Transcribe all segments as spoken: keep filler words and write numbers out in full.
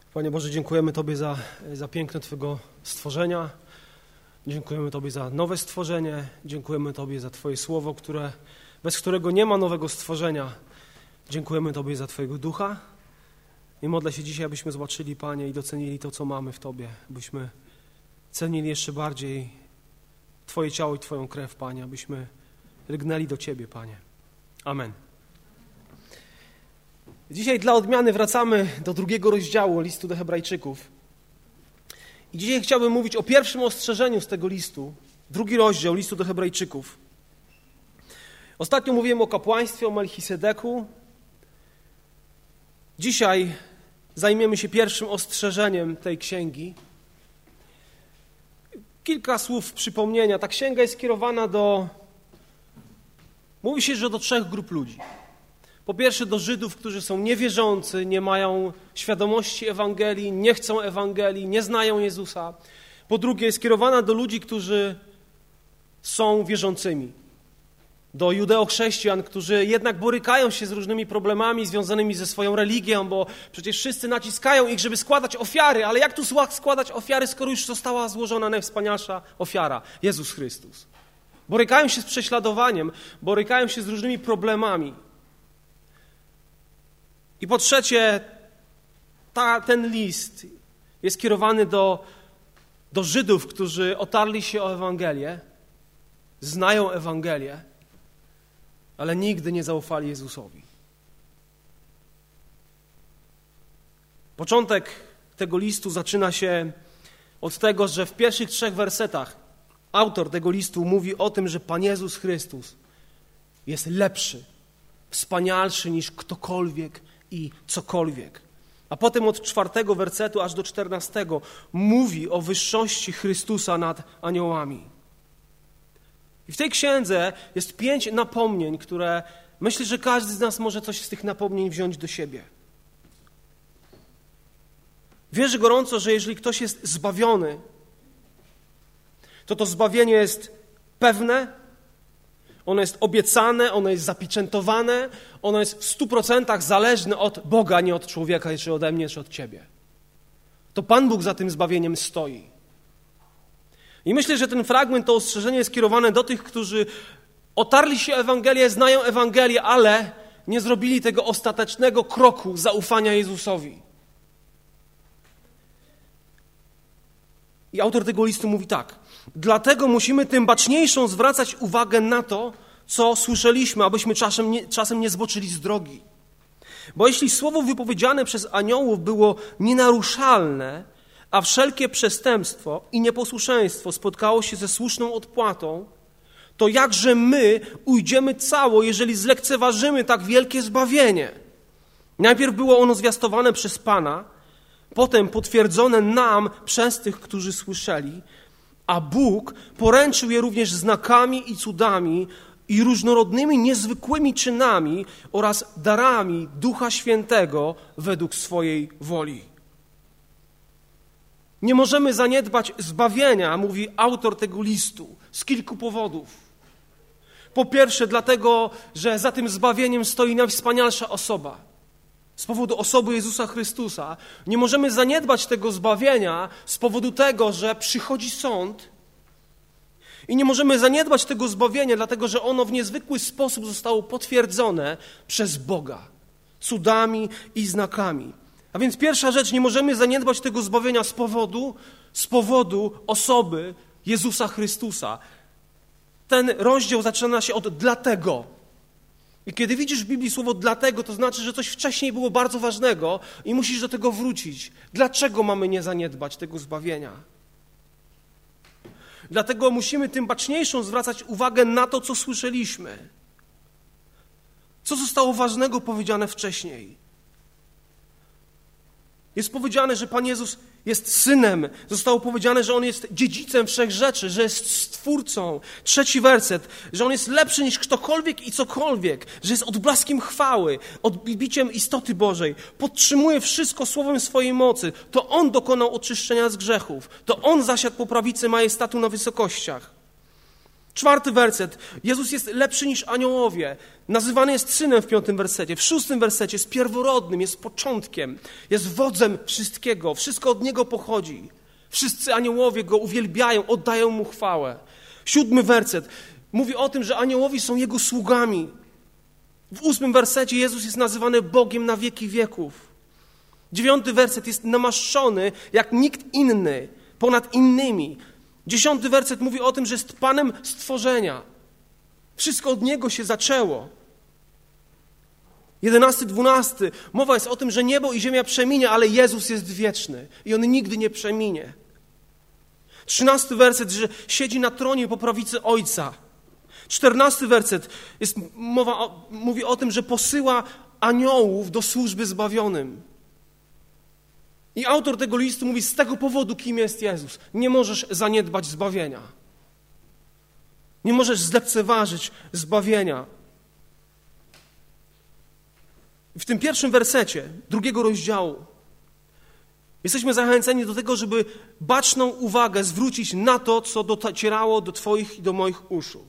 Panie Boże, dziękujemy Tobie za, za piękno Twojego stworzenia. Dziękujemy Tobie za nowe stworzenie. Dziękujemy Tobie za Twoje słowo, które, bez którego nie ma nowego stworzenia. Dziękujemy Tobie za Twojego ducha. I modlę się dzisiaj, abyśmy zobaczyli, Panie, i docenili to, co mamy w Tobie. Abyśmy cenili jeszcze bardziej Twoje ciało i Twoją krew, Panie. Abyśmy lgnęli do Ciebie, Panie. Amen. Dzisiaj dla odmiany wracamy do drugiego rozdziału listu do Hebrajczyków. I dzisiaj chciałbym mówić o pierwszym ostrzeżeniu z tego listu. Drugi rozdział listu do Hebrajczyków. Ostatnio mówiłem o kapłaństwie, o Melchisedeku. Dzisiaj zajmiemy się pierwszym ostrzeżeniem tej księgi. Kilka słów przypomnienia. Ta księga jest skierowana do... Mówi się, że do trzech grup ludzi. Po pierwsze do Żydów, którzy są niewierzący, nie mają świadomości Ewangelii, nie chcą Ewangelii, nie znają Jezusa. Po drugie jest skierowana do ludzi, którzy są wierzącymi. Do judeochrześcijan, którzy jednak borykają się z różnymi problemami związanymi ze swoją religią, bo przecież wszyscy naciskają ich, żeby składać ofiary, ale jak tu składać ofiary, skoro już została złożona najwspanialsza ofiara, Jezus Chrystus. Borykają się z prześladowaniem, borykają się z różnymi problemami. I po trzecie, ta, ten list jest skierowany do, do Żydów, którzy otarli się o Ewangelię, znają Ewangelię, ale nigdy nie zaufali Jezusowi. Początek tego listu zaczyna się od tego, że w pierwszych trzech wersetach autor tego listu mówi o tym, że Pan Jezus Chrystus jest lepszy, wspanialszy niż ktokolwiek i cokolwiek. A potem od czwartego wersetu aż do czternastego mówi o wyższości Chrystusa nad aniołami. I w tej księdze jest pięć napomnień, które myślę, że każdy z nas może coś z tych napomnień wziąć do siebie. Wierzę gorąco, że jeżeli ktoś jest zbawiony, to to zbawienie jest pewne, ono jest obiecane, ono jest zapieczętowane, ono jest w stu procentach zależne od Boga, nie od człowieka, czy ode mnie, czy od Ciebie. To Pan Bóg za tym zbawieniem stoi. I myślę, że ten fragment, to ostrzeżenie jest skierowane do tych, którzy otarli się o Ewangelię, znają Ewangelię, ale nie zrobili tego ostatecznego kroku zaufania Jezusowi. I autor tego listu mówi tak. Dlatego musimy tym baczniejszą zwracać uwagę na to, co słyszeliśmy, abyśmy czasem nie, czasem nie zboczyli z drogi. Bo jeśli słowo wypowiedziane przez aniołów było nienaruszalne, a wszelkie przestępstwo i nieposłuszeństwo spotkało się ze słuszną odpłatą, to jakże my ujdziemy cało, jeżeli zlekceważymy tak wielkie zbawienie? Najpierw było ono zwiastowane przez Pana, potem potwierdzone nam przez tych, którzy słyszeli, a Bóg poręczył je również znakami i cudami i różnorodnymi, niezwykłymi czynami oraz darami Ducha Świętego według swojej woli. Nie możemy zaniedbać zbawienia, mówi autor tego listu, z kilku powodów. Po pierwsze dlatego, że za tym zbawieniem stoi najwspanialsza osoba. Z powodu osoby Jezusa Chrystusa. Nie możemy zaniedbać tego zbawienia z powodu tego, że przychodzi sąd. I nie możemy zaniedbać tego zbawienia, dlatego że ono w niezwykły sposób zostało potwierdzone przez Boga. Cudami i znakami. A więc pierwsza rzecz, nie możemy zaniedbać tego zbawienia z powodu, z powodu osoby Jezusa Chrystusa. Ten rozdział zaczyna się od dlatego. I kiedy widzisz w Biblii słowo dlatego, to znaczy, że coś wcześniej było bardzo ważnego i musisz do tego wrócić. Dlaczego mamy nie zaniedbać tego zbawienia? Dlatego musimy tym baczniejszą zwracać uwagę na to, co słyszeliśmy. Co zostało ważnego powiedziane wcześniej? Jest powiedziane, że Pan Jezus jest Synem. Zostało powiedziane, że On jest dziedzicem wszech rzeczy, że jest Stwórcą. Trzeci werset, że On jest lepszy niż ktokolwiek i cokolwiek, że jest odblaskiem chwały, odbiciem istoty Bożej. Podtrzymuje wszystko słowem swojej mocy. To On dokonał oczyszczenia z grzechów. To On zasiadł po prawicy majestatu na wysokościach. Czwarty werset. Jezus jest lepszy niż aniołowie. Nazywany jest synem w piątym wersecie. W szóstym wersecie jest pierworodnym, jest początkiem, jest wodzem wszystkiego. Wszystko od Niego pochodzi. Wszyscy aniołowie Go uwielbiają, oddają Mu chwałę. Siódmy werset mówi o tym, że aniołowie są Jego sługami. W ósmym wersecie Jezus jest nazywany Bogiem na wieki wieków. Dziewiąty werset jest namaszczony jak nikt inny, ponad innymi. Dziesiąty werset mówi o tym, że jest Panem stworzenia. Wszystko od Niego się zaczęło. Jedenasty, dwunasty. Mowa jest o tym, że niebo i ziemia przeminie, ale Jezus jest wieczny i On nigdy nie przeminie. Trzynasty werset, że siedzi na tronie po prawicy Ojca. Czternasty werset jest mowa o, mówi o tym, że posyła aniołów do służby zbawionym. I autor tego listu mówi, z tego powodu, kim jest Jezus, nie możesz zaniedbać zbawienia. Nie możesz zlekceważyć zbawienia. W tym pierwszym wersecie drugiego rozdziału jesteśmy zachęceni do tego, żeby baczną uwagę zwrócić na to, co docierało do Twoich i do moich uszu.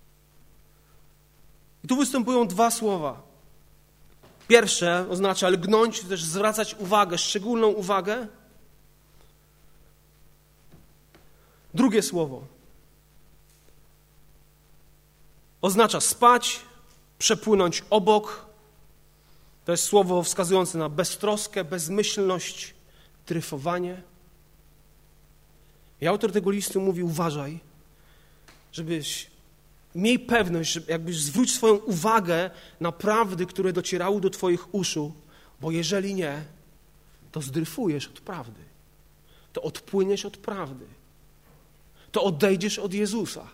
I tu występują dwa słowa. Pierwsze oznacza lgnąć, czy też zwracać uwagę, szczególną uwagę. Drugie słowo oznacza spać, przepłynąć obok. To jest słowo wskazujące na beztroskę, bezmyślność, dryfowanie. I autor tego listu mówi, uważaj, żebyś miej pewność, że jakbyś zwróć swoją uwagę na prawdy, które docierały do Twoich uszu, bo jeżeli nie, to zdryfujesz od prawdy, to odpłyniesz od prawdy, to odejdziesz od Jezusa,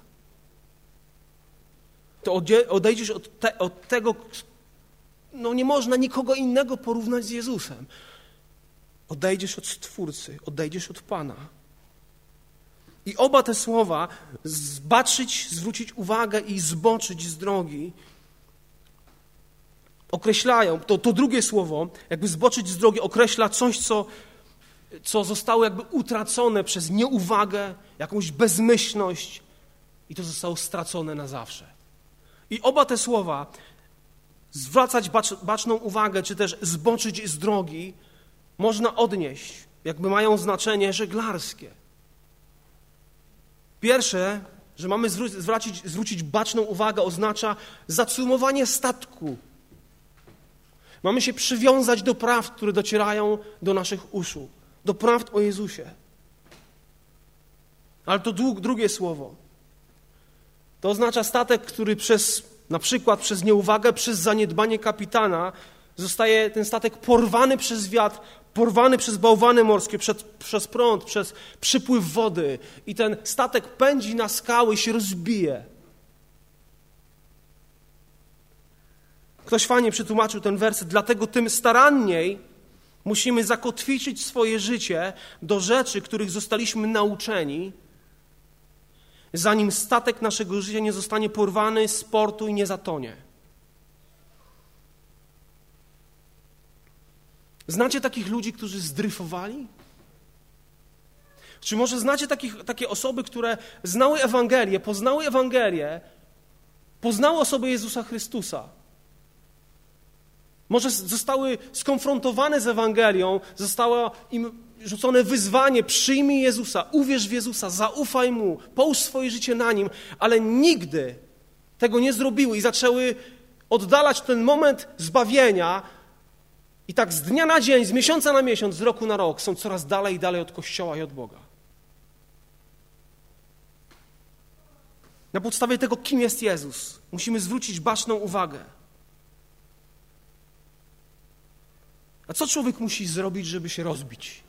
to odejdziesz od, te, od tego, no nie można nikogo innego porównać z Jezusem. Odejdziesz od Stwórcy, odejdziesz od Pana. I oba te słowa, zbaczyć, zwrócić uwagę i zboczyć z drogi, określają, to, to drugie słowo, jakby zboczyć z drogi, określa coś, co, co zostało jakby utracone przez nieuwagę, jakąś bezmyślność i to zostało stracone na zawsze. I oba te słowa, zwracać bacz, baczną uwagę, czy też zboczyć z drogi, można odnieść, jakby mają znaczenie żeglarskie. Pierwsze, że mamy zwrócić, zwrócić baczną uwagę, oznacza zacumowanie statku. Mamy się przywiązać do prawd, które docierają do naszych uszu, do prawd o Jezusie. Ale to drugie słowo. To oznacza statek, który przez, na przykład przez nieuwagę, przez zaniedbanie kapitana, zostaje ten statek porwany przez wiatr, porwany przez bałwany morskie, przez, przez prąd, przez przypływ wody i ten statek pędzi na skały i się rozbije. Ktoś fajnie przetłumaczył ten werset, dlatego tym staranniej musimy zakotwiczyć swoje życie do rzeczy, których zostaliśmy nauczeni, zanim statek naszego życia nie zostanie porwany z portu i nie zatonie. Znacie takich ludzi, którzy zdryfowali? Czy może znacie takich, takie osoby, które znały Ewangelię, poznały Ewangelię, poznały osobę Jezusa Chrystusa? Może zostały skonfrontowane z Ewangelią, zostało im rzucone wyzwanie, przyjmij Jezusa, uwierz w Jezusa, zaufaj Mu, połóż swoje życie na Nim, ale nigdy tego nie zrobiły i zaczęły oddalać ten moment zbawienia i tak z dnia na dzień, z miesiąca na miesiąc, z roku na rok są coraz dalej i dalej od Kościoła i od Boga. Na podstawie tego, kim jest Jezus, musimy zwrócić baczną uwagę. A co człowiek musi zrobić, żeby się rozbić?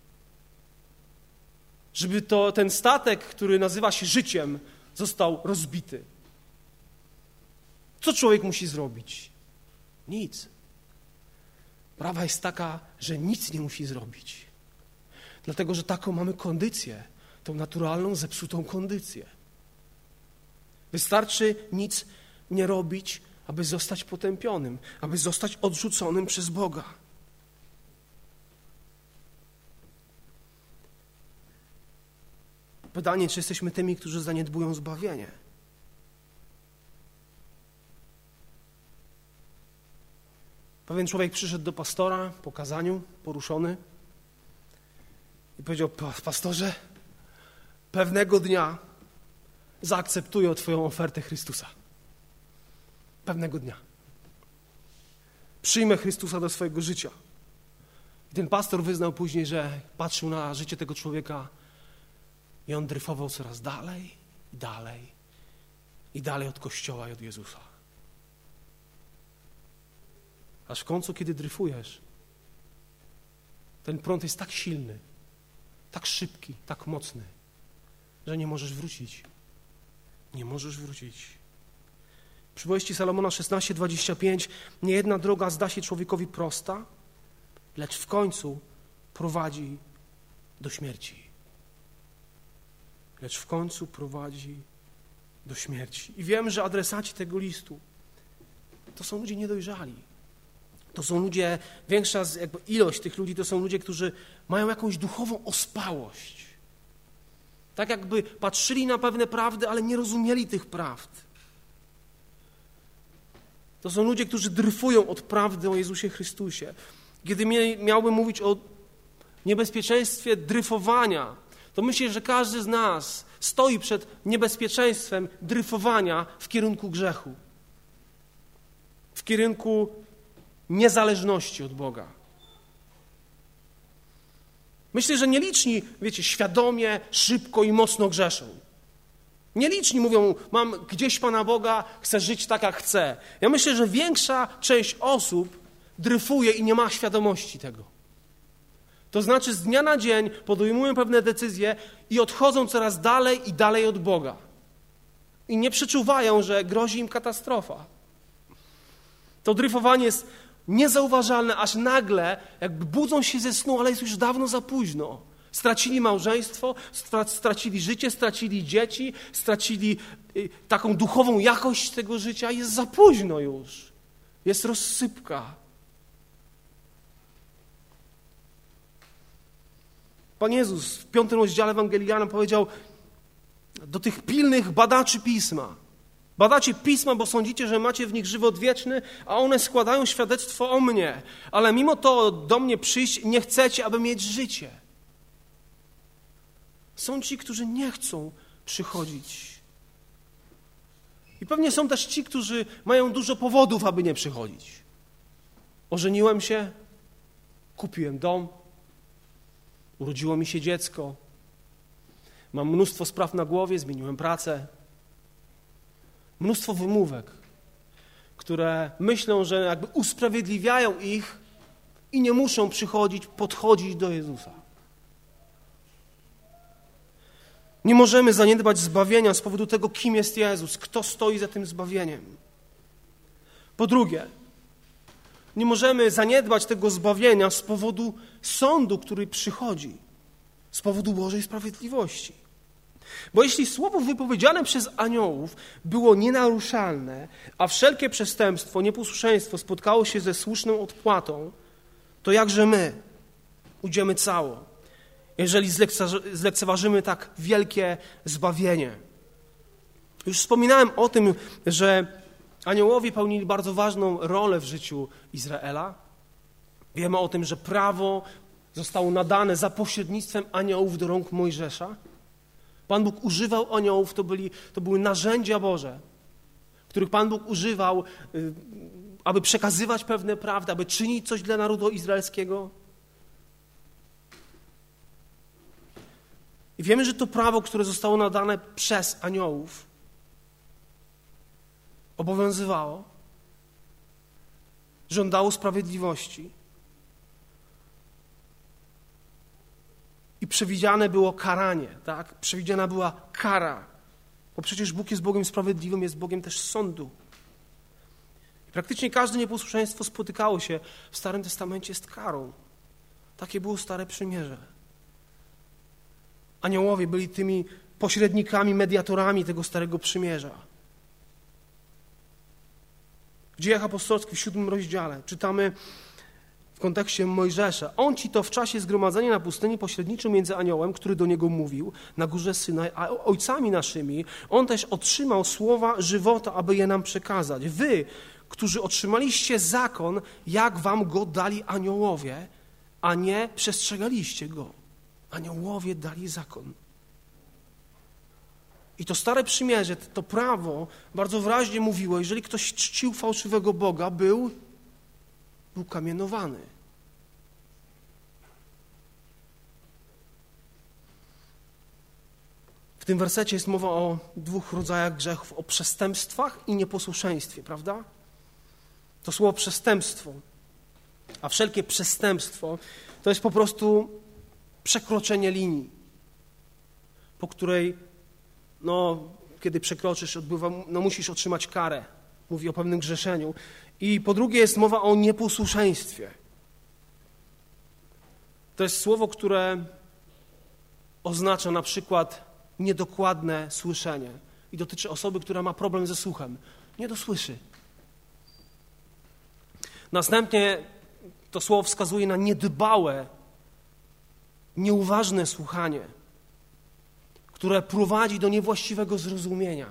Żeby to, ten statek, który nazywa się życiem, został rozbity. Co człowiek musi zrobić? Nic. Prawa jest taka, że nic nie musi zrobić. Dlatego, że taką mamy kondycję, tą naturalną, zepsutą kondycję. Wystarczy nic nie robić, aby zostać potępionym, aby zostać odrzuconym przez Boga. Pytanie, czy jesteśmy tymi, którzy zaniedbują zbawienie? Pewien człowiek przyszedł do pastora po kazaniu, poruszony i powiedział: pastorze, pewnego dnia zaakceptuję twoją ofertę Chrystusa. Pewnego dnia. Przyjmę Chrystusa do swojego życia. I ten pastor wyznał później, że patrzył na życie tego człowieka i on dryfował coraz dalej i dalej i dalej od Kościoła i od Jezusa. Aż w końcu, kiedy dryfujesz, ten prąd jest tak silny, tak szybki, tak mocny, że nie możesz wrócić. Nie możesz wrócić. Przypowieści Salomona szesnaście dwadzieścia pięć. Niejedna droga zda się człowiekowi prosta, lecz w końcu prowadzi do śmierci. Lecz w końcu prowadzi do śmierci. I wiem, że adresaci tego listu to są ludzie niedojrzali. To są ludzie, większa jakby ilość tych ludzi to są ludzie, którzy mają jakąś duchową ospałość. Tak jakby patrzyli na pewne prawdy, ale nie rozumieli tych prawd. To są ludzie, którzy dryfują od prawdy o Jezusie Chrystusie. Kiedy miałbym mówić o niebezpieczeństwie dryfowania, to myślę, że każdy z nas stoi przed niebezpieczeństwem dryfowania w kierunku grzechu. W kierunku niezależności od Boga. Myślę, że nieliczni, wiecie, świadomie, szybko i mocno grzeszą. Nieliczni mówią: mam gdzieś Pana Boga, chcę żyć tak, jak chcę. Ja myślę, że większa część osób dryfuje i nie ma świadomości tego. To znaczy z dnia na dzień podejmują pewne decyzje i odchodzą coraz dalej i dalej od Boga. I nie przeczuwają, że grozi im katastrofa. To dryfowanie jest niezauważalne, aż nagle jakby budzą się ze snu, ale jest już dawno za późno. Stracili małżeństwo, stracili życie, stracili dzieci, stracili taką duchową jakość tego życia. Jest za późno już. Jest rozsypka. Pan Jezus w piątym rozdziale Ewangelii Jana powiedział do tych pilnych badaczy Pisma: badacie Pisma, bo sądzicie, że macie w nich żywot wieczny, a one składają świadectwo o mnie. Ale mimo to do mnie przyjść nie chcecie, aby mieć życie. Są ci, którzy nie chcą przychodzić. I pewnie są też ci, którzy mają dużo powodów, aby nie przychodzić. Ożeniłem się, kupiłem dom, urodziło mi się dziecko, mam mnóstwo spraw na głowie, zmieniłem pracę. Mnóstwo wymówek, które myślą, że jakby usprawiedliwiają ich i nie muszą przychodzić, podchodzić do Jezusa. Nie możemy zaniedbać zbawienia z powodu tego, kim jest Jezus, kto stoi za tym zbawieniem. Po drugie, nie możemy zaniedbać tego zbawienia z powodu sądu, który przychodzi, z powodu Bożej sprawiedliwości. Bo jeśli słowo wypowiedziane przez aniołów było nienaruszalne, a wszelkie przestępstwo, nieposłuszeństwo spotkało się ze słuszną odpłatą, to jakże my ujdziemy cało, jeżeli zlekceważymy tak wielkie zbawienie. Już wspominałem o tym, że aniołowie pełnili bardzo ważną rolę w życiu Izraela. Wiemy o tym, że prawo zostało nadane za pośrednictwem aniołów do rąk Mojżesza. Pan Bóg używał aniołów, to, byli, to były narzędzia Boże, których Pan Bóg używał, aby przekazywać pewne prawdy, aby czynić coś dla narodu izraelskiego. I wiemy, że to prawo, które zostało nadane przez aniołów, obowiązywało, żądało sprawiedliwości i przewidziane było karanie, tak? Przewidziana była kara, bo przecież Bóg jest Bogiem sprawiedliwym, jest Bogiem też sądu. I praktycznie każde nieposłuszeństwo spotykało się w Starym Testamencie z karą. Takie było Stare Przymierze. Aniołowie byli tymi pośrednikami, mediatorami tego Starego Przymierza. W Dziejach Apostolskich w siódmym rozdziale czytamy w kontekście Mojżesza: on ci to w czasie zgromadzenia na pustyni pośredniczył między aniołem, który do niego mówił na górze Synaj, a ojcami naszymi. On też otrzymał słowa żywota, aby je nam przekazać. Wy, którzy otrzymaliście zakon, jak wam go dali aniołowie, a nie przestrzegaliście go. Aniołowie dali zakon. I to stare przymierze, to prawo bardzo wyraźnie mówiło, jeżeli ktoś czcił fałszywego Boga, był, był kamienowany. W tym wersecie jest mowa o dwóch rodzajach grzechów, o przestępstwach i nieposłuszeństwie, prawda? To słowo przestępstwo, a wszelkie przestępstwo to jest po prostu przekroczenie linii, po której, no, kiedy przekroczysz, odbywa, no, musisz otrzymać karę. Mówi o pewnym grzeszeniu. I po drugie jest mowa o nieposłuszeństwie. To jest słowo, które oznacza na przykład niedokładne słyszenie i dotyczy osoby, która ma problem ze słuchem. Nie dosłyszy. Następnie to słowo wskazuje na niedbałe, nieuważne słuchanie, które prowadzi do niewłaściwego zrozumienia.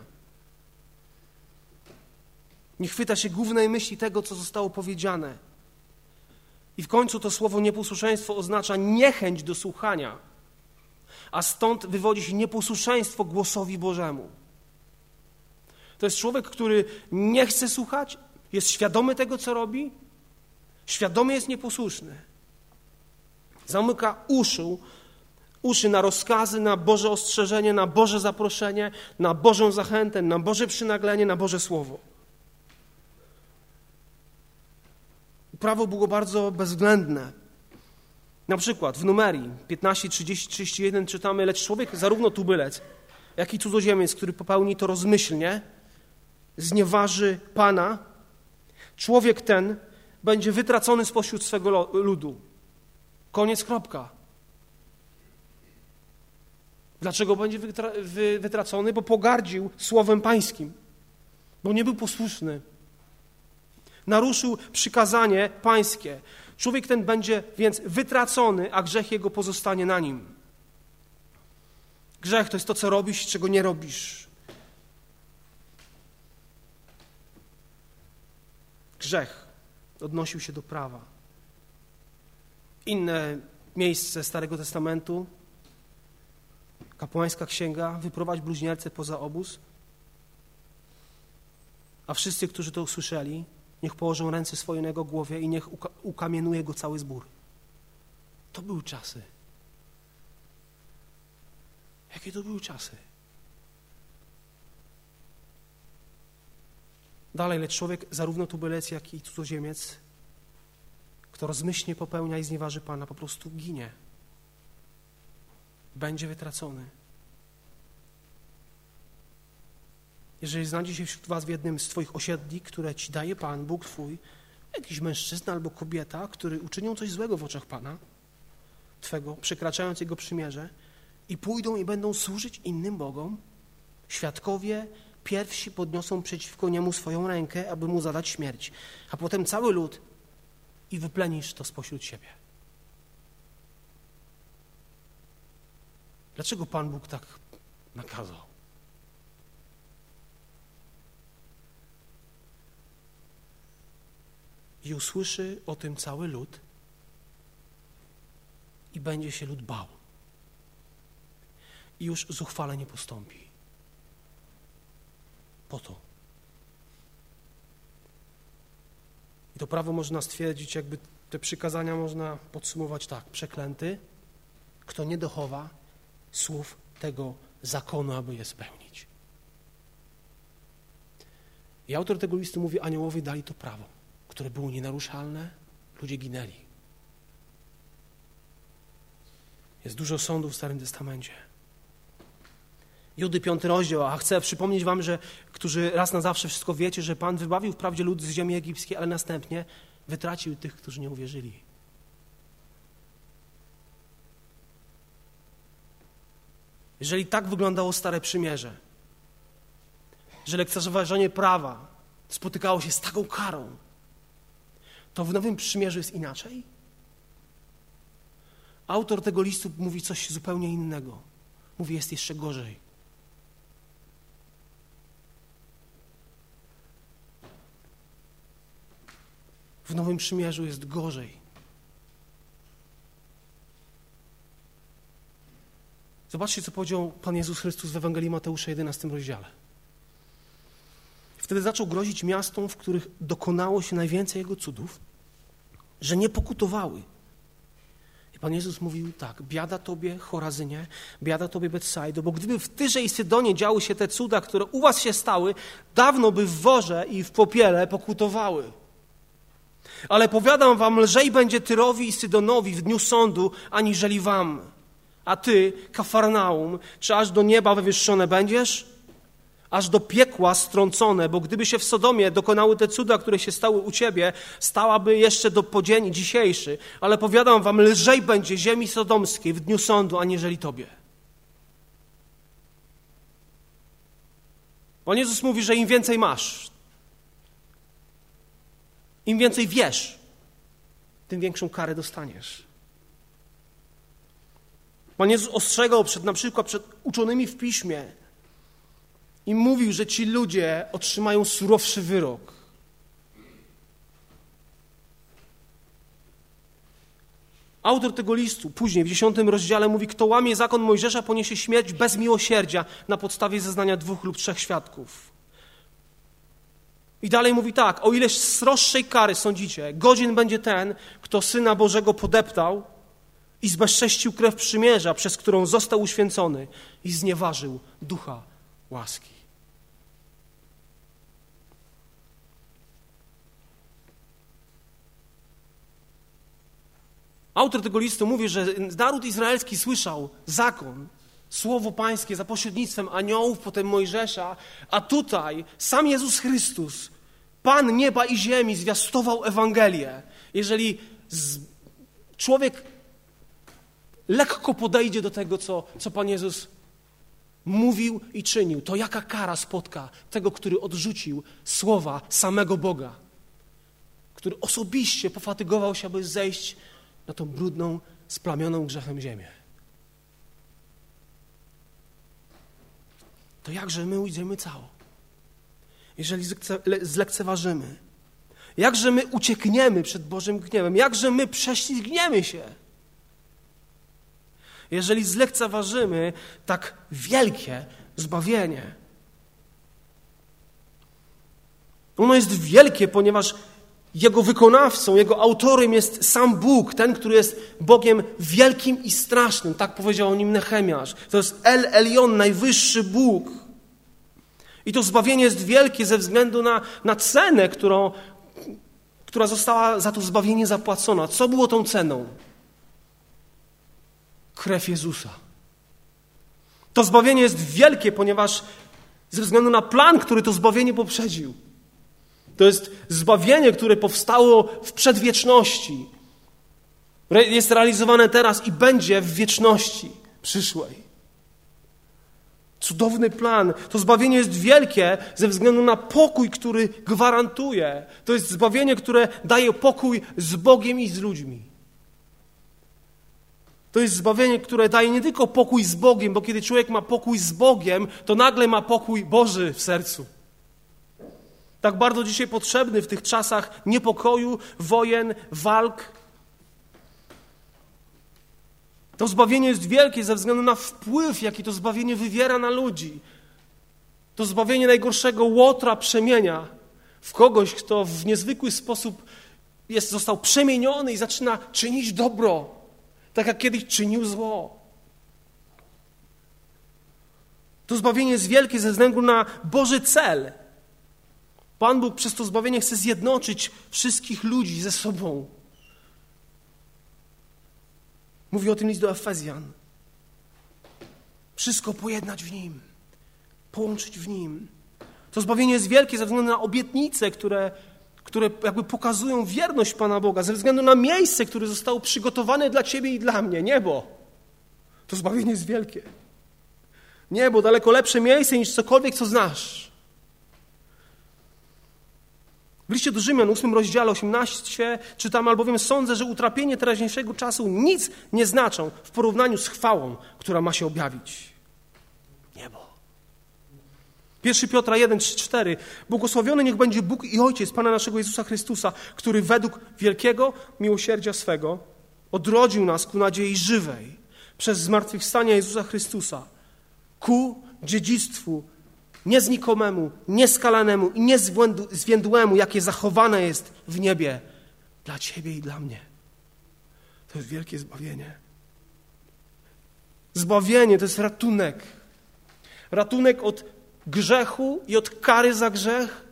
Nie chwyta się głównej myśli tego, co zostało powiedziane. I w końcu to słowo nieposłuszeństwo oznacza niechęć do słuchania, a stąd wywodzi się nieposłuszeństwo głosowi Bożemu. To jest człowiek, który nie chce słuchać, jest świadomy tego, co robi, świadomie jest nieposłuszny. Zamyka uszy, uszy na rozkazy, na Boże ostrzeżenie, na Boże zaproszenie, na Bożą zachętę, na Boże przynaglenie, na Boże Słowo. Prawo było bardzo bezwzględne. Na przykład w Numerii piętnaście, trzydzieści, trzydzieści jeden czytamy, lecz człowiek, zarówno tubylec, jak i cudzoziemiec, który popełni to rozmyślnie, znieważy Pana, człowiek ten będzie wytracony spośród swego ludu. Koniec, kropka. Dlaczego będzie wytra- wy- wytracony? Bo pogardził słowem pańskim, bo nie był posłuszny. Naruszył przykazanie pańskie. Człowiek ten będzie więc wytracony, a grzech jego pozostanie na nim. Grzech to jest to, co robisz, czego nie robisz. Grzech odnosił się do prawa. Inne miejsce Starego Testamentu, kapłańska księga, wyprowadź bluźniercę poza obóz, a wszyscy, którzy to usłyszeli, niech położą ręce swoje na jego głowie i niech uka- ukamienuje go cały zbór. To były czasy. Jakie to były czasy? Dalej, lecz człowiek, zarówno tubylec, jak i cudzoziemiec, kto rozmyślnie popełnia i znieważy Pana, po prostu ginie. Będzie wytracony. Jeżeli znajdzie się wśród was w jednym z twoich osiedli, które ci daje Pan, Bóg twój, jakiś mężczyzna albo kobieta, który uczynią coś złego w oczach Pana twego, przekraczając Jego przymierze i pójdą i będą służyć innym bogom, świadkowie pierwsi podniosą przeciwko niemu swoją rękę, aby mu zadać śmierć, a potem cały lud i wyplenisz to spośród siebie. Dlaczego Pan Bóg tak nakazał? I usłyszy o tym cały lud i będzie się lud bał. I już zuchwale nie postąpi. Po to. I to prawo można stwierdzić, jakby te przykazania można podsumować tak. Przeklęty, kto nie dochowa słów tego zakonu, aby je spełnić. I autor tego listu mówi, aniołowie dali to prawo, które było nienaruszalne, ludzie ginęli. Jest dużo sądów w Starym Testamencie. Judy, piąty rozdział, a chcę przypomnieć wam, że którzy raz na zawsze wszystko wiecie, że Pan wybawił wprawdzie lud z ziemi egipskiej, ale następnie wytracił tych, którzy nie uwierzyli. Jeżeli tak wyglądało Stare Przymierze, że lekceważenie prawa spotykało się z taką karą, to w Nowym Przymierzu jest inaczej? Autor tego listu mówi coś zupełnie innego. Mówi, jest jeszcze gorzej. W Nowym Przymierzu jest gorzej. Zobaczcie, co powiedział Pan Jezus Chrystus w Ewangelii Mateusza, jedenastym rozdziale. Wtedy zaczął grozić miastom, w których dokonało się najwięcej Jego cudów, że nie pokutowały. I Pan Jezus mówił tak: biada tobie, Chorazynie, biada tobie, Betsaido, bo gdyby w Tyrze i Sydonie działy się te cuda, które u was się stały, dawno by w worze i w popiele pokutowały. Ale powiadam wam, lżej będzie Tyrowi i Sydonowi w dniu sądu, aniżeli wam. A ty, Kafarnaum, czy aż do nieba wywyższone będziesz? Aż do piekła strącone, bo gdyby się w Sodomie dokonały te cuda, które się stały u ciebie, stałaby jeszcze do po dzień dzisiejszy. Ale powiadam wam, lżej będzie ziemi sodomskiej w dniu sądu, aniżeli tobie. Pan Jezus mówi, że im więcej masz, im więcej wiesz, tym większą karę dostaniesz. Pan Jezus ostrzegał przed, na przykład przed uczonymi w Piśmie i mówił, że ci ludzie otrzymają surowszy wyrok. Autor tego listu później w dziesiątym rozdziale mówi: kto łamie zakon Mojżesza, poniesie śmierć bez miłosierdzia na podstawie zeznania dwóch lub trzech świadków. I dalej mówi tak: o ileś sroższej kary sądzicie, godzien będzie ten, kto Syna Bożego podeptał i zbezcześcił krew przymierza, przez którą został uświęcony i znieważył ducha łaski. Autor tego listu mówi, że naród izraelski słyszał zakon, słowo pańskie za pośrednictwem aniołów, potem Mojżesza, a tutaj sam Jezus Chrystus, Pan nieba i ziemi, zwiastował Ewangelię. Jeżeli z... człowiek lekko podejdzie do tego, co, co Pan Jezus mówił i czynił, to jaka kara spotka tego, który odrzucił słowa samego Boga, który osobiście pofatygował się, aby zejść na tą brudną, splamioną grzechem ziemię. To jakże my ujdziemy cało, jeżeli zlekceważymy? Jakże my uciekniemy przed Bożym gniewem? Jakże my prześlizgniemy się, jeżeli zlekceważymy tak wielkie zbawienie? Ono jest wielkie, ponieważ jego wykonawcą, jego autorem jest sam Bóg, ten, który jest Bogiem wielkim i strasznym. Tak powiedział o nim Nehemiasz. To jest El Elyon, najwyższy Bóg. I to zbawienie jest wielkie ze względu na, na cenę, którą, która została za to zbawienie zapłacona. Co było tą ceną? Krew Jezusa. To zbawienie jest wielkie, ponieważ ze względu na plan, który to zbawienie poprzedził. To jest zbawienie, które powstało w przedwieczności. Jest realizowane teraz i będzie w wieczności przyszłej. Cudowny plan. To zbawienie jest wielkie ze względu na pokój, który gwarantuje. To jest zbawienie, które daje pokój z Bogiem i z ludźmi. To jest zbawienie, które daje nie tylko pokój z Bogiem, bo kiedy człowiek ma pokój z Bogiem, to nagle ma pokój Boży w sercu. Tak bardzo dzisiaj potrzebny w tych czasach niepokoju, wojen, walk. To zbawienie jest wielkie ze względu na wpływ, jaki to zbawienie wywiera na ludzi. To zbawienie najgorszego łotra przemienia w kogoś, kto w niezwykły sposób jest, został przemieniony i zaczyna czynić dobro, tak jak kiedyś czynił zło. To zbawienie jest wielkie ze względu na Boży cel. Pan Bóg przez to zbawienie chce zjednoczyć wszystkich ludzi ze sobą. Mówi o tym list do Efezjan. Wszystko pojednać w Nim. Połączyć w Nim. To zbawienie jest wielkie ze względu na obietnice, które, które jakby pokazują wierność Pana Boga, ze względu na miejsce, które zostało przygotowane dla Ciebie i dla mnie. Niebo. To zbawienie jest wielkie. Niebo, daleko lepsze miejsce niż cokolwiek, co znasz. W liście do Rzymian, ósmym rozdziale, osiemnaście, czytamy: albowiem sądzę, że utrapienie teraźniejszego czasu nic nie znaczą w porównaniu z chwałą, która ma się objawić. Niebo. pierwszy Piotra jeden, trzy, cztery. Błogosławiony niech będzie Bóg i Ojciec Pana naszego Jezusa Chrystusa, który według wielkiego miłosierdzia swego odrodził nas ku nadziei żywej przez zmartwychwstanie Jezusa Chrystusa, ku dziedzictwu nieznikomemu, nieskalanemu i niezwiędłemu, jakie zachowane jest w niebie dla Ciebie i dla mnie. To jest wielkie zbawienie. Zbawienie to jest ratunek. Ratunek od grzechu i od kary za grzech.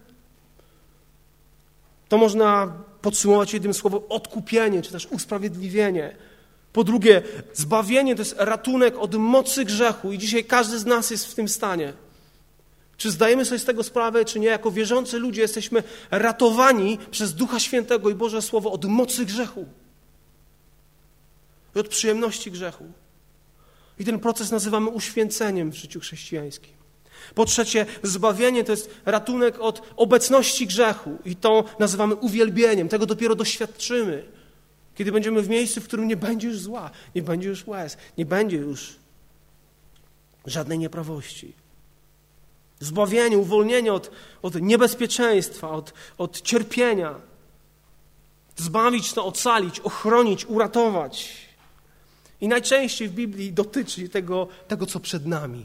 To można podsumować jednym słowem: odkupienie, czy też usprawiedliwienie. Po drugie, zbawienie to jest ratunek od mocy grzechu i dzisiaj każdy z nas jest w tym stanie. Czy zdajemy sobie z tego sprawę, czy nie? Jako wierzący ludzie jesteśmy ratowani przez Ducha Świętego i Boże Słowo od mocy grzechu i od przyjemności grzechu. I ten proces nazywamy uświęceniem w życiu chrześcijańskim. Po trzecie, zbawienie to jest ratunek od obecności grzechu i to nazywamy uwielbieniem. Tego dopiero doświadczymy, kiedy będziemy w miejscu, w którym nie będzie już zła, nie będzie już łez, nie będzie już żadnej nieprawości. Zbawienie, uwolnienie od, od niebezpieczeństwa, od, od cierpienia. Zbawić to, ocalić, ochronić, uratować. I najczęściej w Biblii dotyczy tego, tego co przed nami.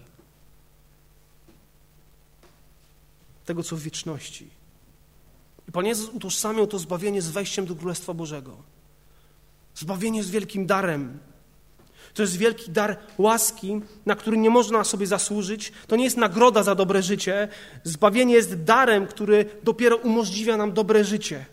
Tego, co w wieczności. I Pan Jezus utożsamiał to zbawienie z wejściem do Królestwa Bożego. Zbawienie jest wielkim darem. To jest wielki dar łaski, na który nie można sobie zasłużyć. To nie jest nagroda za dobre życie. Zbawienie jest darem, który dopiero umożliwia nam dobre życie.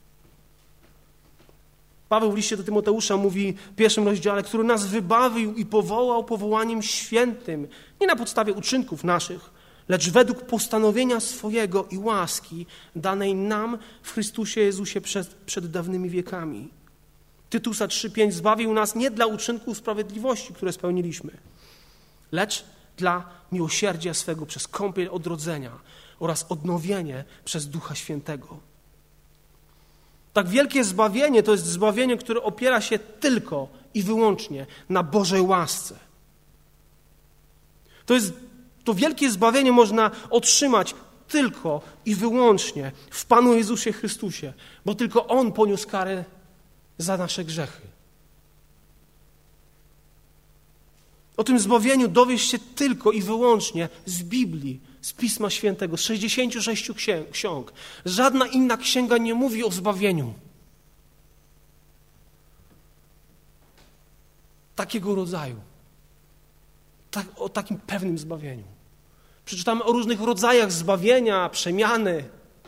Paweł w liście do Tymoteusza mówi w pierwszym rozdziale, który nas wybawił i powołał powołaniem świętym, nie na podstawie uczynków naszych, lecz według postanowienia swojego i łaski danej nam w Chrystusie Jezusie przed, przed dawnymi wiekami. Tytusa trzy pięć zbawił nas nie dla uczynków sprawiedliwości, które spełniliśmy, lecz dla miłosierdzia swego przez kąpiel odrodzenia oraz odnowienie przez Ducha Świętego. Tak wielkie zbawienie to jest zbawienie, które opiera się tylko i wyłącznie na Bożej łasce. To jest, to wielkie zbawienie można otrzymać tylko i wyłącznie w Panu Jezusie Chrystusie, bo tylko On poniósł karę za nasze grzechy. O tym zbawieniu dowiesz się tylko i wyłącznie z Biblii, z Pisma Świętego, z sześćdziesięciu sześciu ksiąg. Żadna inna księga nie mówi o zbawieniu takiego rodzaju, tak, o takim pewnym zbawieniu. Przeczytamy o różnych rodzajach zbawienia, przemiany.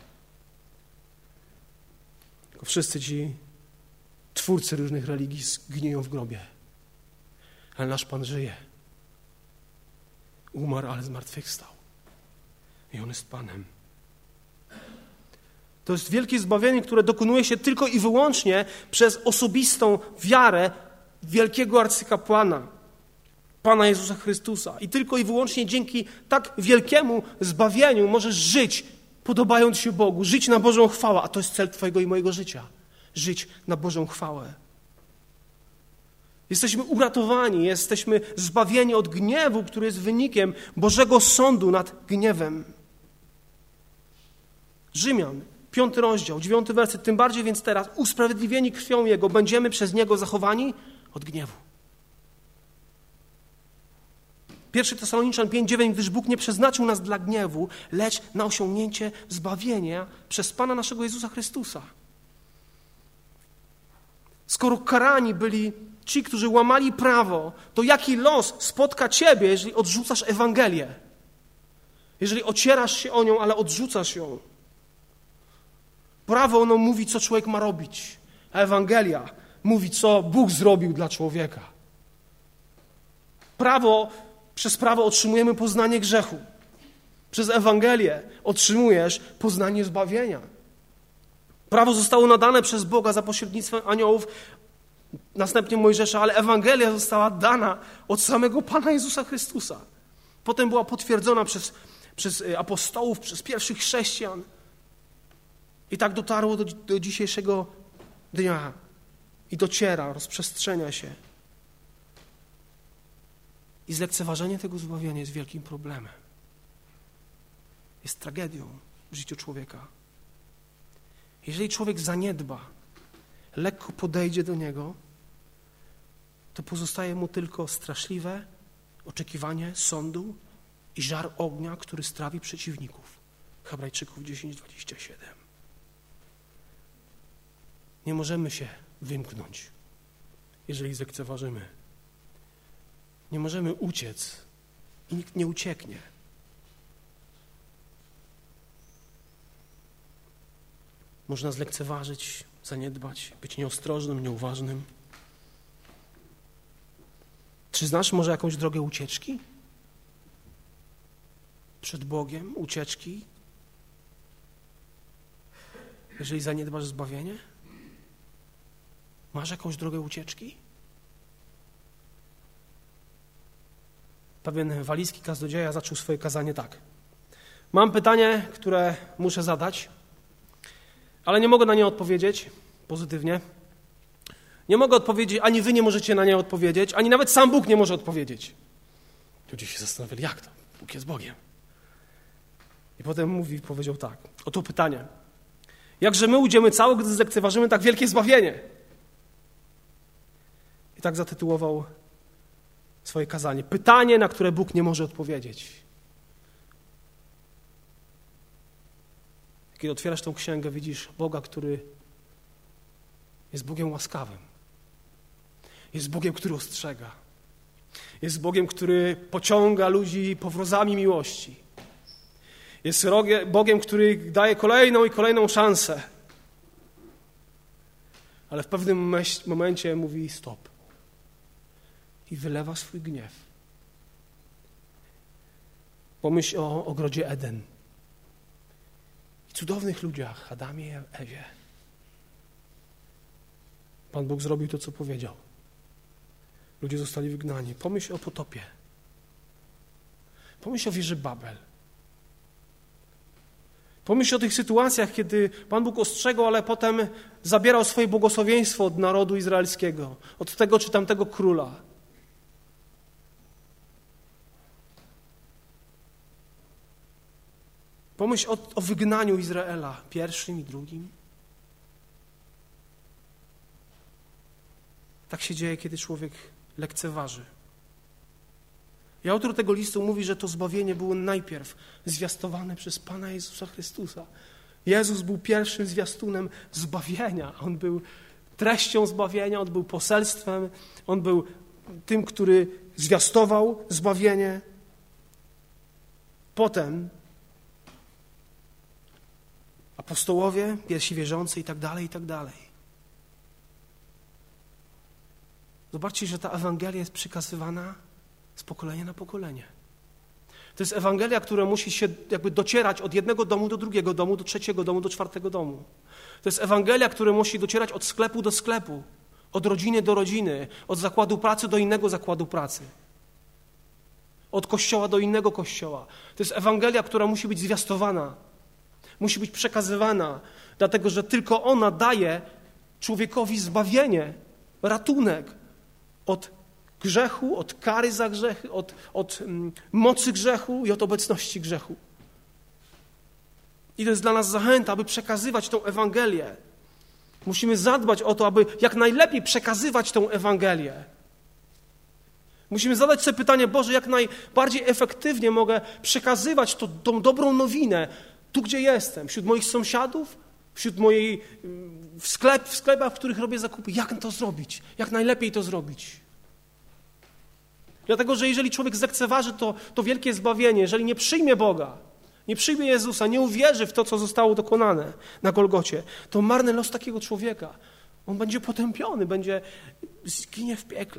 Tylko wszyscy ci twórcy różnych religii gniją w grobie. Ale nasz Pan żyje. Umarł, ale zmartwychwstał. I On jest Panem. To jest wielkie zbawienie, które dokonuje się tylko i wyłącznie przez osobistą wiarę wielkiego arcykapłana, Pana Jezusa Chrystusa. I tylko i wyłącznie dzięki tak wielkiemu zbawieniu możesz żyć, podobając się Bogu, żyć na Bożą chwałę, a to jest cel Twojego i mojego życia. Żyć na Bożą chwałę. Jesteśmy uratowani, jesteśmy zbawieni od gniewu, który jest wynikiem Bożego sądu nad gniewem. Rzymian, piąty rozdział, dziewiąty werset. Tym bardziej więc teraz, usprawiedliwieni krwią Jego, będziemy przez Niego zachowani od gniewu. Pierwszy Tesaloniczan pięć dziewięć, gdyż Bóg nie przeznaczył nas dla gniewu, lecz na osiągnięcie zbawienia przez Pana naszego Jezusa Chrystusa. Skoro karani byli ci, którzy łamali prawo, to jaki los spotka ciebie, jeżeli odrzucasz Ewangelię? Jeżeli ocierasz się o nią, ale odrzucasz ją. Prawo ono mówi, co człowiek ma robić, a Ewangelia mówi, co Bóg zrobił dla człowieka. Prawo, przez prawo otrzymujemy poznanie grzechu. Przez Ewangelię otrzymujesz poznanie zbawienia. Prawo zostało nadane przez Boga za pośrednictwem aniołów, następnie Mojżesza, ale Ewangelia została dana od samego Pana Jezusa Chrystusa. Potem była potwierdzona przez, przez apostołów, przez pierwszych chrześcijan. I tak dotarło do, do dzisiejszego dnia. I dociera, rozprzestrzenia się. I zlekceważenie tego zbawienia jest wielkim problemem. jest tragedią w życiu człowieka. Jeżeli człowiek zaniedba, lekko podejdzie do niego, to pozostaje mu tylko straszliwe oczekiwanie sądu i żar ognia, który strawi przeciwników. Hebrajczyków dziesięć, dwadzieścia siedem. Nie możemy się wymknąć, jeżeli zlekceważymy. Nie możemy uciec i nikt nie ucieknie. Można zlekceważyć, zaniedbać, być nieostrożnym, nieuważnym. Czy znasz może jakąś drogę ucieczki? Przed Bogiem ucieczki? Jeżeli zaniedbasz zbawienie? Masz jakąś drogę ucieczki? Pewien walijski kaznodzieja zaczął swoje kazanie tak. Mam pytanie, które muszę zadać, ale nie mogę na nie odpowiedzieć pozytywnie. Nie mogę odpowiedzieć, ani wy nie możecie na nie odpowiedzieć, ani nawet sam Bóg nie może odpowiedzieć. Ludzie się zastanawiali, jak to? Bóg jest Bogiem. I potem mówi, powiedział tak. Oto pytanie. Jakże my ujdziemy cały, gdy zlekceważymy tak wielkie zbawienie? I tak zatytułował swoje kazanie. Pytanie, na które Bóg nie może odpowiedzieć. Kiedy otwierasz tą księgę, widzisz Boga, który jest Bogiem łaskawym. Jest Bogiem, który ostrzega. Jest Bogiem, który pociąga ludzi powrozami miłości. Jest Bogiem, który daje kolejną i kolejną szansę. Ale w pewnym momencie mówi stop. I wylewa swój gniew. Pomyśl o ogrodzie Eden. I cudownych ludziach, Adamie i Ewie. Pan Bóg zrobił to, co powiedział. Ludzie zostali wygnani. Pomyśl o potopie. Pomyśl o wieży Babel. Pomyśl o tych sytuacjach, kiedy Pan Bóg ostrzegał, ale potem zabierał swoje błogosławieństwo od narodu izraelskiego, od tego czy tamtego króla. Pomyśl o, o wygnaniu Izraela, pierwszym i drugim. Tak się dzieje, kiedy człowiek lekceważy. I autor tego listu mówi, że to zbawienie było najpierw zwiastowane przez Pana Jezusa Chrystusa. Jezus był pierwszym zwiastunem zbawienia. On był treścią zbawienia, On był poselstwem, On był tym, który zwiastował zbawienie. Potem apostołowie, pierwsi wierzący i tak dalej, i tak dalej. Zobaczcie, że ta Ewangelia jest przekazywana z pokolenia na pokolenie. To jest Ewangelia, która musi się jakby docierać od jednego domu do drugiego domu, do trzeciego domu, do czwartego domu. To jest Ewangelia, która musi docierać od sklepu do sklepu, od rodziny do rodziny, od zakładu pracy do innego zakładu pracy, od kościoła do innego kościoła. To jest Ewangelia, która musi być zwiastowana, musi być przekazywana, dlatego że tylko ona daje człowiekowi zbawienie, ratunek od grzechu, od kary za grzechy, od, od mm, mocy grzechu i od obecności grzechu. I to jest dla nas zachęta, aby przekazywać tą Ewangelię. Musimy zadbać o to, aby jak najlepiej przekazywać tą Ewangelię. Musimy zadać sobie pytanie, Boże, jak najbardziej efektywnie mogę przekazywać to, tą dobrą nowinę tu, gdzie jestem, wśród moich sąsiadów, wśród mojej, w, sklep, w sklepach, w których robię zakupy. Jak to zrobić? Jak najlepiej to zrobić? Dlatego, że jeżeli człowiek zlekceważy to, to wielkie zbawienie, jeżeli nie przyjmie Boga, nie przyjmie Jezusa, nie uwierzy w to, co zostało dokonane na Golgocie, to marny los takiego człowieka. On będzie potępiony, będzie zginie w piekle.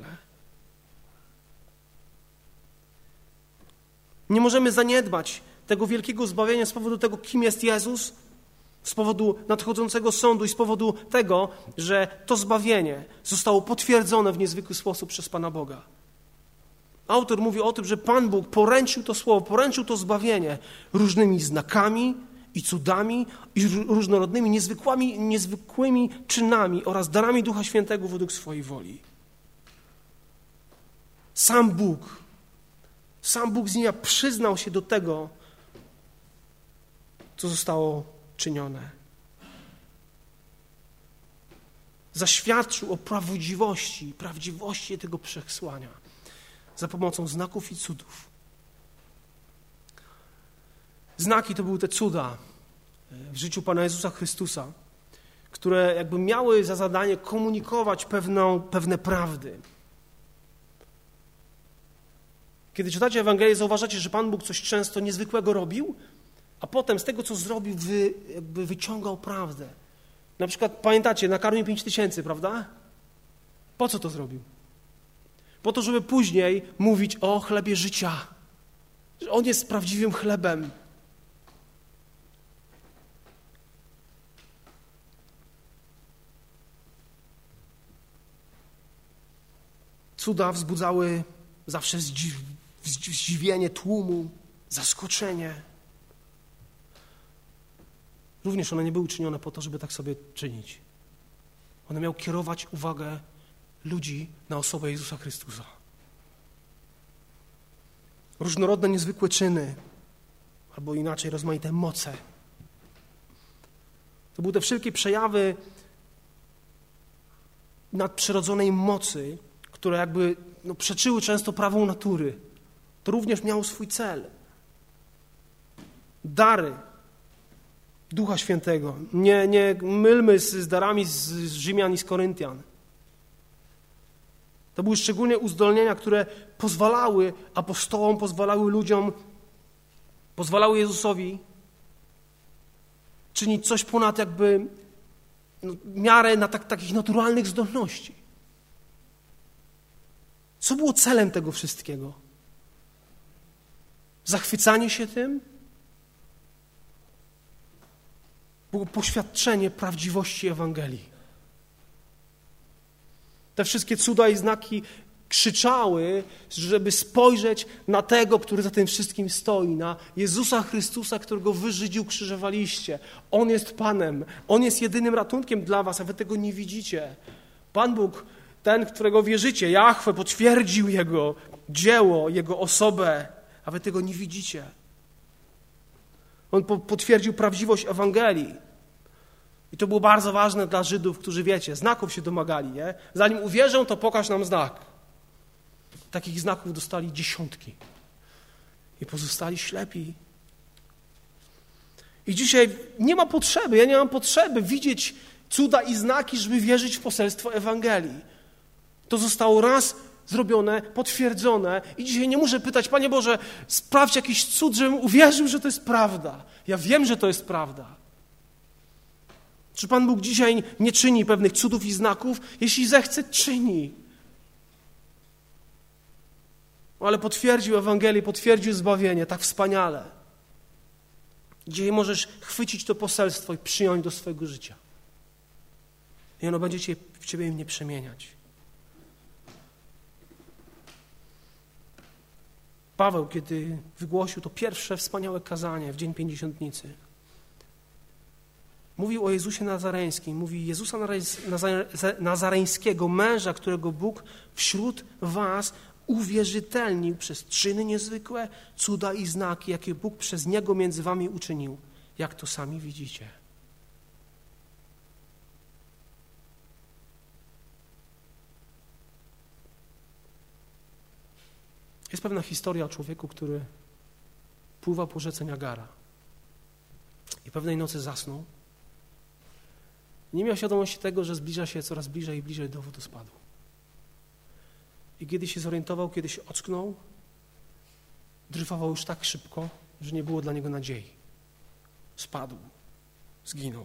Nie możemy zaniedbać tego wielkiego zbawienia z powodu tego, kim jest Jezus, z powodu nadchodzącego sądu i z powodu tego, że to zbawienie zostało potwierdzone w niezwykły sposób przez Pana Boga. Autor mówi o tym, że Pan Bóg poręczył to słowo, poręczył to zbawienie różnymi znakami i cudami i różnorodnymi, niezwykłymi, niezwykłymi czynami oraz darami Ducha Świętego według swojej woli. Sam Bóg, sam Bóg z nieba przyznał się do tego, co zostało czynione. Zaświadczył o prawdziwości, prawdziwości tego przesłania za pomocą znaków i cudów. Znaki to były te cuda w życiu Pana Jezusa Chrystusa, które jakby miały za zadanie komunikować pewną, pewne prawdy. Kiedy czytacie Ewangelię, zauważacie, że Pan Bóg coś często niezwykłego robił, a potem z tego, co zrobił, wy, jakby wyciągał prawdę. Na przykład, pamiętacie, nakarmił pięć tysięcy, prawda? Po co to zrobił? Po to, żeby później mówić o chlebie życia, że On jest prawdziwym chlebem. Cuda wzbudzały zawsze zdziwienie tłumu, zaskoczenie. Również one nie były czynione po to, żeby tak sobie czynić. One miały kierować uwagę ludzi na osobę Jezusa Chrystusa. Różnorodne, niezwykłe czyny, albo inaczej rozmaite moce. To były te wszelkie przejawy nadprzyrodzonej mocy, które jakby no, przeczyły często prawą natury. To również miało swój cel. Dary Ducha Świętego. Nie, nie mylmy z, z darami z, z Rzymian i z Koryntian. To były szczególnie uzdolnienia, które pozwalały apostołom, pozwalały ludziom, pozwalały Jezusowi czynić coś ponad jakby no, miarę na tak, takich naturalnych zdolności. Co było celem tego wszystkiego? Zachwycanie się tym? Było poświadczenie prawdziwości Ewangelii. Te wszystkie cuda i znaki krzyczały, żeby spojrzeć na tego, który za tym wszystkim stoi, na Jezusa Chrystusa, którego wy, Żydzi, ukrzyżowaliście. On jest Panem, On jest jedynym ratunkiem dla was, a wy tego nie widzicie. Pan Bóg, ten, którego wierzycie, Jahwe, potwierdził Jego dzieło, Jego osobę, a wy tego nie widzicie. On po- potwierdził prawdziwość Ewangelii. I to było bardzo ważne dla Żydów, którzy, wiecie, znaków się domagali, nie? Zanim uwierzą, to pokaż nam znak. Takich znaków dostali dziesiątki. I pozostali ślepi. I dzisiaj nie ma potrzeby, ja nie mam potrzeby widzieć cuda i znaki, żeby wierzyć w poselstwo Ewangelii. To zostało raz zrobione, potwierdzone i dzisiaj nie muszę pytać, Panie Boże, sprawdź jakiś cud, żebym uwierzył, że to jest prawda. Ja wiem, że to jest prawda. Czy Pan Bóg dzisiaj nie czyni pewnych cudów i znaków? Jeśli zechce, czyni. Ale potwierdził Ewangelię, potwierdził zbawienie tak wspaniale. Dzisiaj możesz chwycić to poselstwo i przyjąć do swojego życia. I ono będzie cię, w ciebie im nie przemieniać. Paweł, kiedy wygłosił to pierwsze wspaniałe kazanie w Dzień Pięćdziesiątnicy, mówił o Jezusie Nazareńskim, mówi Jezusa Nazareńskiego, męża, którego Bóg wśród was uwierzytelnił przez czyny niezwykłe, cuda i znaki, jakie Bóg przez Niego między wami uczynił, jak to sami widzicie. Jest pewna historia o człowieku, który pływa po rzece Niagara i pewnej nocy zasnął. Nie miał świadomości tego, że zbliża się coraz bliżej i bliżej do wodospadu. I kiedy się zorientował, kiedy się ocknął, dryfował już tak szybko, że nie było dla niego nadziei. Spadł, zginął.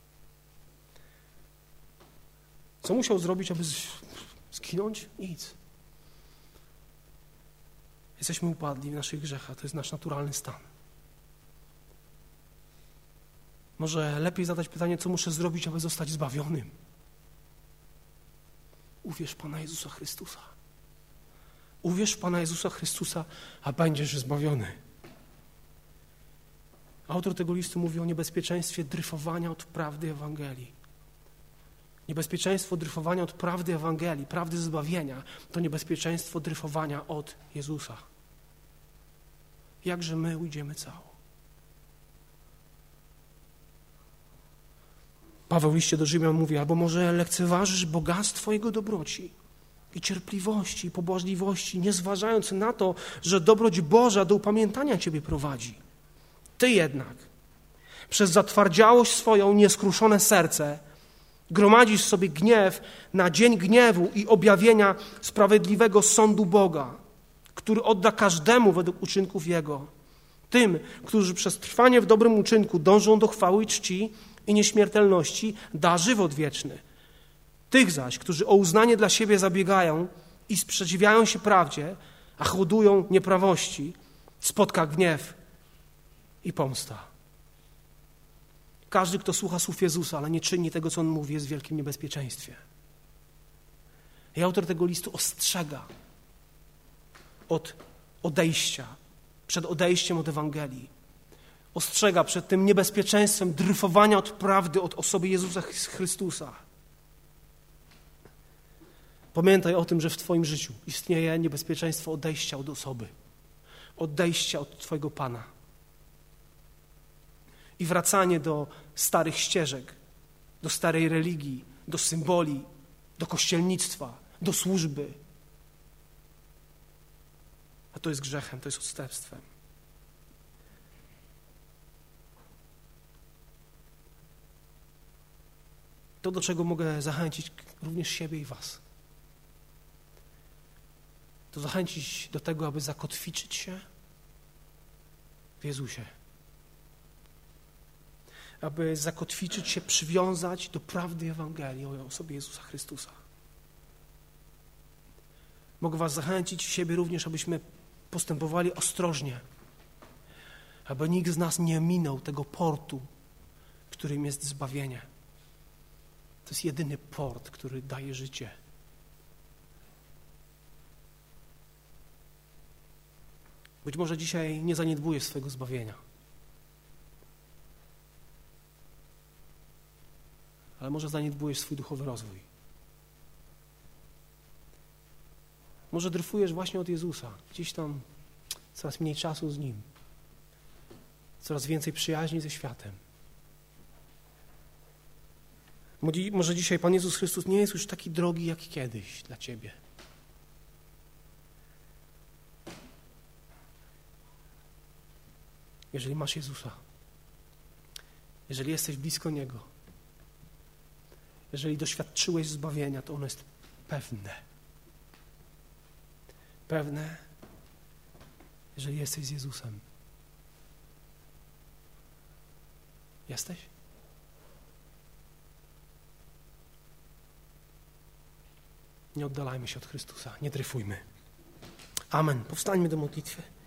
Co musiał zrobić, aby zginąć? Nic. Jesteśmy upadli w naszych grzechach, to jest nasz naturalny stan. Może lepiej zadać pytanie, co muszę zrobić, aby zostać zbawionym. Uwierz w Pana Jezusa Chrystusa. Uwierz w Pana Jezusa Chrystusa, a będziesz zbawiony. Autor tego listu mówi o niebezpieczeństwie dryfowania od prawdy Ewangelii. Niebezpieczeństwo dryfowania od prawdy Ewangelii, prawdy zbawienia, to niebezpieczeństwo dryfowania od Jezusa. Jakże my ujdziemy cało? Paweł w liście do Rzymian mówi, albo może lekceważysz bogactwo Jego dobroci i cierpliwości, i pobłażliwości, nie zważając na to, że dobroć Boża do upamiętania Ciebie prowadzi. Ty jednak przez zatwardziałość swoją nieskruszone serce gromadzisz sobie gniew na dzień gniewu i objawienia sprawiedliwego sądu Boga, który odda każdemu według uczynków Jego. Tym, którzy przez trwanie w dobrym uczynku dążą do chwały i czci i nieśmiertelności, da żywot wieczny. Tych zaś, którzy o uznanie dla siebie zabiegają i sprzeciwiają się prawdzie, a hołują nieprawości, spotka gniew i pomsta. Każdy, kto słucha słów Jezusa, ale nie czyni tego, co On mówi, jest w wielkim niebezpieczeństwie. I autor tego listu ostrzega od odejścia, przed odejściem od Ewangelii. Ostrzega przed tym niebezpieczeństwem dryfowania od prawdy, od osoby Jezusa Chrystusa. Pamiętaj o tym, że w Twoim życiu istnieje niebezpieczeństwo odejścia od osoby, odejścia od Twojego Pana i wracanie do starych ścieżek, do starej religii, do symboli, do kościelnictwa, do służby. A to jest grzechem, to jest odstępstwem. To, do czego mogę zachęcić również siebie i was, to zachęcić do tego, aby zakotwiczyć się w Jezusie. Aby zakotwiczyć się, przywiązać do prawdy Ewangelii o osobie Jezusa Chrystusa. Mogę was zachęcić, siebie również, abyśmy postępowali ostrożnie, aby nikt z nas nie minął tego portu, którym jest zbawienie. To jest jedyny port, który daje życie. Być może dzisiaj nie zaniedbujesz swojego zbawienia. Ale może zaniedbujesz swój duchowy rozwój. Może dryfujesz właśnie od Jezusa. Gdzieś tam coraz mniej czasu z Nim. Coraz więcej przyjaźni ze światem. Może dzisiaj Pan Jezus Chrystus nie jest już taki drogi jak kiedyś dla Ciebie. Jeżeli masz Jezusa, jeżeli jesteś blisko Niego, jeżeli doświadczyłeś zbawienia, to ono jest pewne. Pewne, jeżeli jesteś z Jezusem. Jesteś? Nie oddalajmy się od Chrystusa, nie dryfujmy. Amen. Powstańmy do modlitwy.